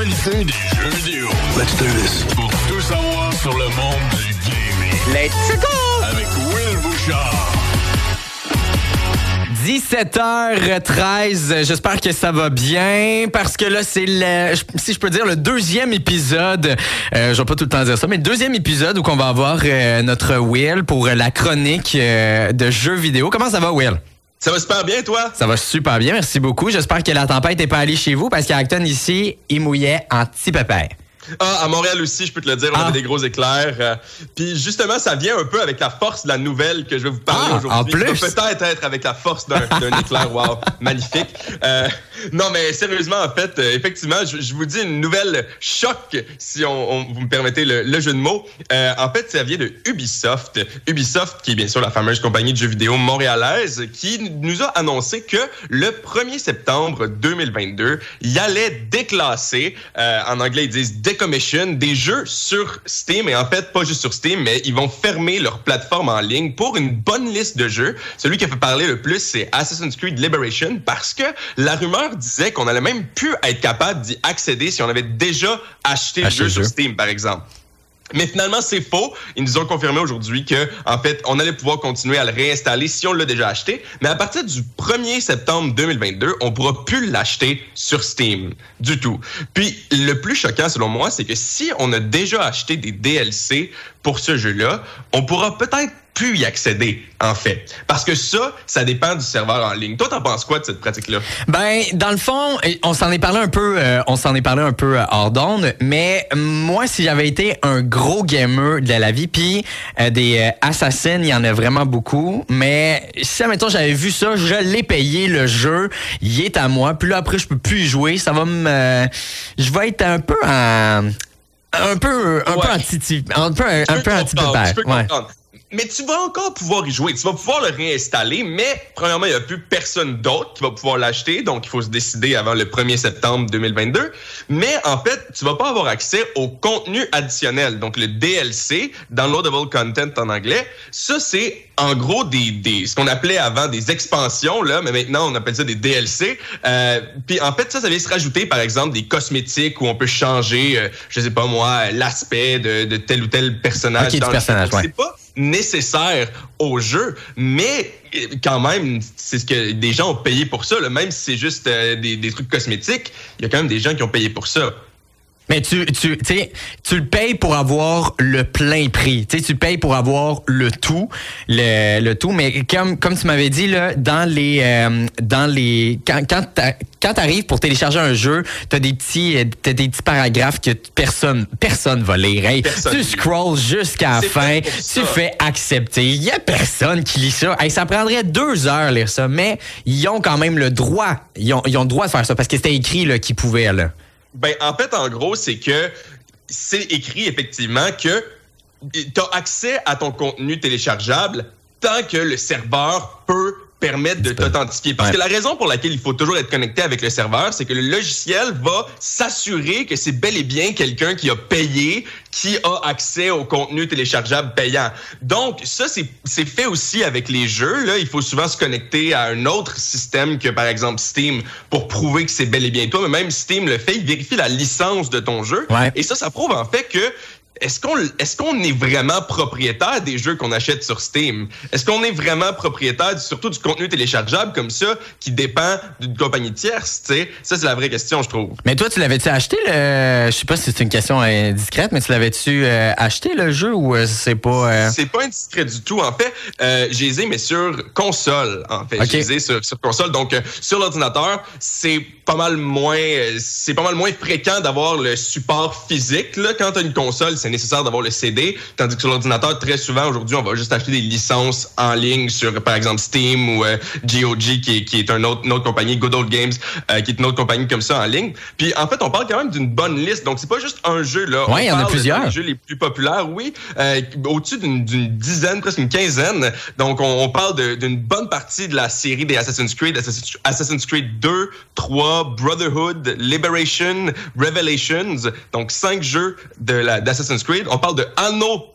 l'actualité des jeux vidéo. Let's do this. Pour tout savoir sur le monde du gaming. Let's go! Avec Will Bouchard. 17h13, j'espère que ça va bien, parce que là, c'est si je peux dire, le deuxième épisode, je vais pas tout le temps dire ça, mais le deuxième épisode où on va avoir notre Will pour la chronique de jeux vidéo. Comment ça va, Will? Ça va super bien, toi? Ça va super bien, merci beaucoup. J'espère que la tempête n'est pas allée chez vous, parce qu'à Acton, ici, il mouillait en petit pépère. Ah, à Montréal aussi, je peux te le dire, on avait des gros éclairs. Puis justement, ça vient un peu avec la force de la nouvelle que je vais vous parler aujourd'hui. En plus? Ça peut peut-être être avec la force d'un éclair. Wow, magnifique. Non, mais sérieusement, en fait, effectivement, je vous dis une nouvelle choc, si vous me permettez le jeu de mots. En fait, ça vient de Ubisoft. Ubisoft, qui est bien sûr la fameuse compagnie de jeux vidéo montréalaise, qui nous a annoncé que le 1er septembre 2022, il allait déclasser, en anglais ils disent decommission, des jeux sur Steam. Et en fait, pas juste sur Steam, mais ils vont fermer leur plateforme en ligne pour une bonne liste de jeux. Celui qui a fait parler le plus, c'est Assassin's Creed Liberation, parce que la rumeur disait qu'on allait même plus être capable d'y accéder si on avait déjà acheté le jeu sur Steam, par exemple. Mais finalement, c'est faux. Ils nous ont confirmé aujourd'hui que, en fait, on allait pouvoir continuer à le réinstaller si on l'a déjà acheté. Mais à partir du 1er septembre 2022, on pourra plus l'acheter sur Steam du tout. Puis, le plus choquant, selon moi, c'est que si on a déjà acheté des DLC pour ce jeu-là, on pourra peut-être plus y accéder, en fait. Parce que ça dépend du serveur en ligne. Toi, t'en penses quoi de cette pratique-là? Ben, dans le fond, on s'en est parlé un peu hors d'onde, mais moi, si j'avais été un gros gamer de la vie, puis des Assassins, il y en a vraiment beaucoup, mais si, admettons, j'avais vu ça, je l'ai payé, le jeu, il est à moi, puis là, après, je peux plus y jouer, ça va je vais être un peu anti-pépère. Ouais. Mais tu vas encore pouvoir y jouer. Tu vas pouvoir le réinstaller, mais premièrement, il n'y a plus personne d'autre qui va pouvoir l'acheter. Donc, il faut se décider avant le 1er septembre 2022. Mais en fait, tu vas pas avoir accès au contenu additionnel. Donc, le DLC, Downloadable Content en anglais, ça, c'est en gros ce qu'on appelait avant des expansions, là, mais maintenant, on appelle ça des DLC. Puis en fait, ça vient se rajouter, par exemple, des cosmétiques où on peut changer, je sais pas moi, l'aspect de tel ou tel personnage. Okay, dans le personnage, ouais. C'est pas nécessaire au jeu, mais quand même, c'est ce que des gens ont payé pour ça. Là. Même si c'est juste des trucs cosmétiques, il y a quand même des gens qui ont payé pour ça. Mais tu le payes pour avoir le plein prix. Tu le payes pour avoir le tout, mais comme tu m'avais dit là, quand t'arrives pour télécharger un jeu, t'as des petits paragraphes que personne va lire. Hey, tu scrolls jusqu'à la fin, tu fais accepter. Il y a personne qui lit ça. Hey, ça prendrait 2 heures lire ça, mais ils ont quand même le droit. Ils ont le droit de faire ça parce que c'était écrit là qu'ils pouvaient là. Ben, en fait, en gros, c'est que c'est écrit effectivement que tu as accès à ton contenu téléchargeable tant que le serveur peut permettre de t'authentifier. Parce que la raison pour laquelle il faut toujours être connecté avec le serveur, c'est que le logiciel va s'assurer que c'est bel et bien quelqu'un qui a payé, qui a accès au contenu téléchargeable payant. Donc, ça, c'est fait aussi avec les jeux. Là, il faut souvent se connecter à un autre système que, par exemple, Steam, pour prouver que c'est bel et bien toi. Mais même Steam le fait, il vérifie la licence de ton jeu. Ouais. Et ça prouve en fait que est-ce qu'on est vraiment propriétaire des jeux qu'on achète sur Steam? Est-ce qu'on est vraiment propriétaire surtout du contenu téléchargeable comme ça qui dépend d'une compagnie tierce? T'sais? Ça, c'est la vraie question, je trouve. Mais toi, tu l'avais-tu acheté? Je sais pas si c'est une question indiscrète, mais tu l'avais-tu acheté le jeu ou c'est pas... C'est pas indiscret du tout. En fait, j'ai les ai, mais sur console, en fait. Okay. J'ai les ai sur console. Donc, sur l'ordinateur, c'est pas mal moins fréquent d'avoir le support physique. Là. Quand tu as une console, c'est nécessaire d'avoir le CD, tandis que sur l'ordinateur, très souvent, aujourd'hui, on va juste acheter des licences en ligne sur, par exemple, Steam ou GOG, qui est une autre compagnie, Good Old Games, qui est une autre compagnie comme ça en ligne. Puis, en fait, on parle quand même d'une bonne liste. Donc, c'est pas juste un jeu, là. Oui, il y en a plusieurs. Les jeux les plus populaires, oui. Au-dessus d'une dizaine, presque une quinzaine. Donc, on parle d'une bonne partie de la série des Assassin's Creed, Assassin's Creed 2, 3, Brotherhood, Liberation, Revelations. Donc, 5 jeux d'Assassin's Creed. On parle de Anno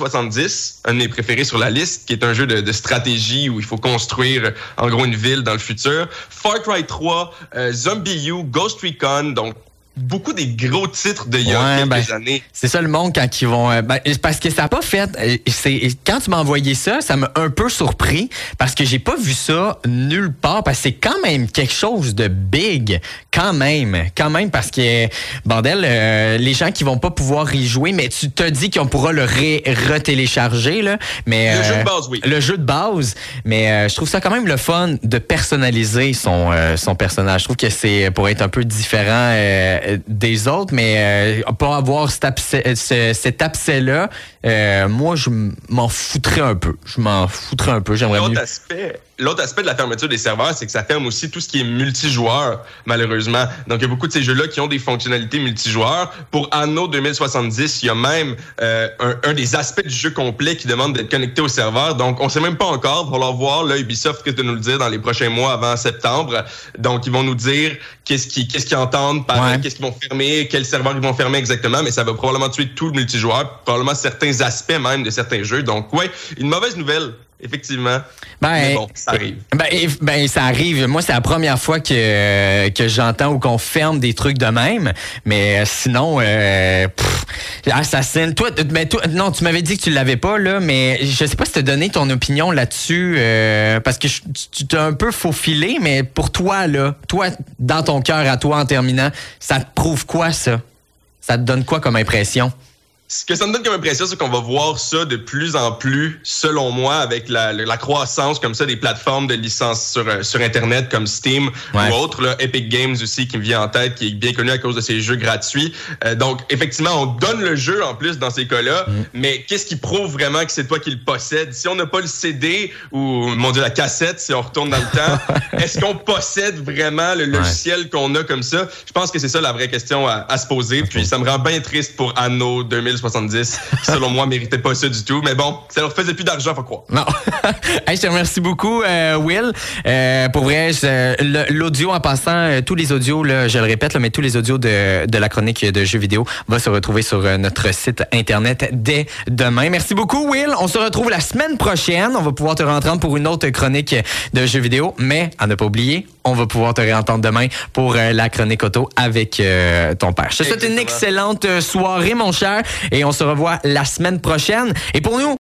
2070, un de mes préférés sur la liste, qui est un jeu de stratégie où il faut construire, en gros, une ville dans le futur. Far Cry 3, Zombie U, Ghost Recon, donc beaucoup des gros titres d'il y a quelques années. C'est ça le monde quand ils vont... parce que ça n'a pas fait... Quand tu m'as envoyé ça, ça m'a un peu surpris parce que j'ai pas vu ça nulle part parce que c'est quand même quelque chose de big. Quand même, parce que, bordel, les gens qui vont pas pouvoir y jouer, mais tu t'as dit qu'on pourra le retélécharger, là. Mais, le jeu de base, oui. Le jeu de base. Mais je trouve ça quand même le fun de personnaliser son personnage. Je trouve que c'est pour être un peu différent des autres, mais pas avoir cet abcès-là, moi, je m'en foutrais un peu. J'aimerais mieux. L'autre aspect de la fermeture des serveurs, c'est que ça ferme aussi tout ce qui est multijoueur, malheureusement. Donc, il y a beaucoup de ces jeux-là qui ont des fonctionnalités multijoueurs. Pour Anno 2070, il y a même un des aspects du jeu complet qui demande d'être connecté au serveur. Donc, on sait même pas encore. Il va falloir voir. Là, Ubisoft risque de nous le dire dans les prochains mois avant septembre. Donc, ils vont nous dire qu'est-ce qu'ils entendent par qu'est-ce qu'ils vont fermer, quels serveurs ils vont fermer exactement. Mais ça va probablement tuer tout le multijoueur, probablement certains aspects même de certains jeux. Donc, ouais, une mauvaise nouvelle. Effectivement. Mais bon, ça arrive. Ça arrive. Moi, c'est la première fois que j'entends ou qu'on ferme des trucs de même. Mais sinon, Assassin. Toi, non, tu m'avais dit que tu l'avais pas, là, mais je sais pas si tu as donné ton opinion là-dessus. Parce que tu t'es un peu faufilé, mais pour toi, là, dans ton cœur à toi en terminant, ça te prouve quoi, ça? Ça te donne quoi comme impression? Ce que ça me donne comme impression, c'est qu'on va voir ça de plus en plus, selon moi, avec la croissance comme ça des plateformes de licences sur Internet comme Steam ou autres. Là, Epic Games aussi qui me vient en tête, qui est bien connu à cause de ses jeux gratuits. Donc, effectivement, on donne le jeu en plus dans ces cas-là, mais qu'est-ce qui prouve vraiment que c'est toi qui le possède? Si on n'a pas le CD ou, mon Dieu, la cassette, si on retourne dans le temps, est-ce qu'on possède vraiment le logiciel qu'on a comme ça? Je pense que c'est ça la vraie question à se poser. Puis ça me rend bien triste pour Anno 2070, qui, selon moi, méritait pas ça du tout. Mais bon, ça leur faisait plus d'argent, faut croire. Non. Hey, je te remercie beaucoup, Will. Pour vrai, l'audio en passant, tous les audios, là, je le répète, là, mais tous les audios de la chronique de jeux vidéo vont se retrouver sur notre site Internet dès demain. Merci beaucoup, Will. On se retrouve la semaine prochaine. On va pouvoir te réentendre pour une autre chronique de jeux vidéo. Mais, à ne pas oublier, on va pouvoir te réentendre demain pour la chronique auto avec ton père. Je te souhaite une excellente soirée, mon cher. Et on se revoit la semaine prochaine. Et pour nous,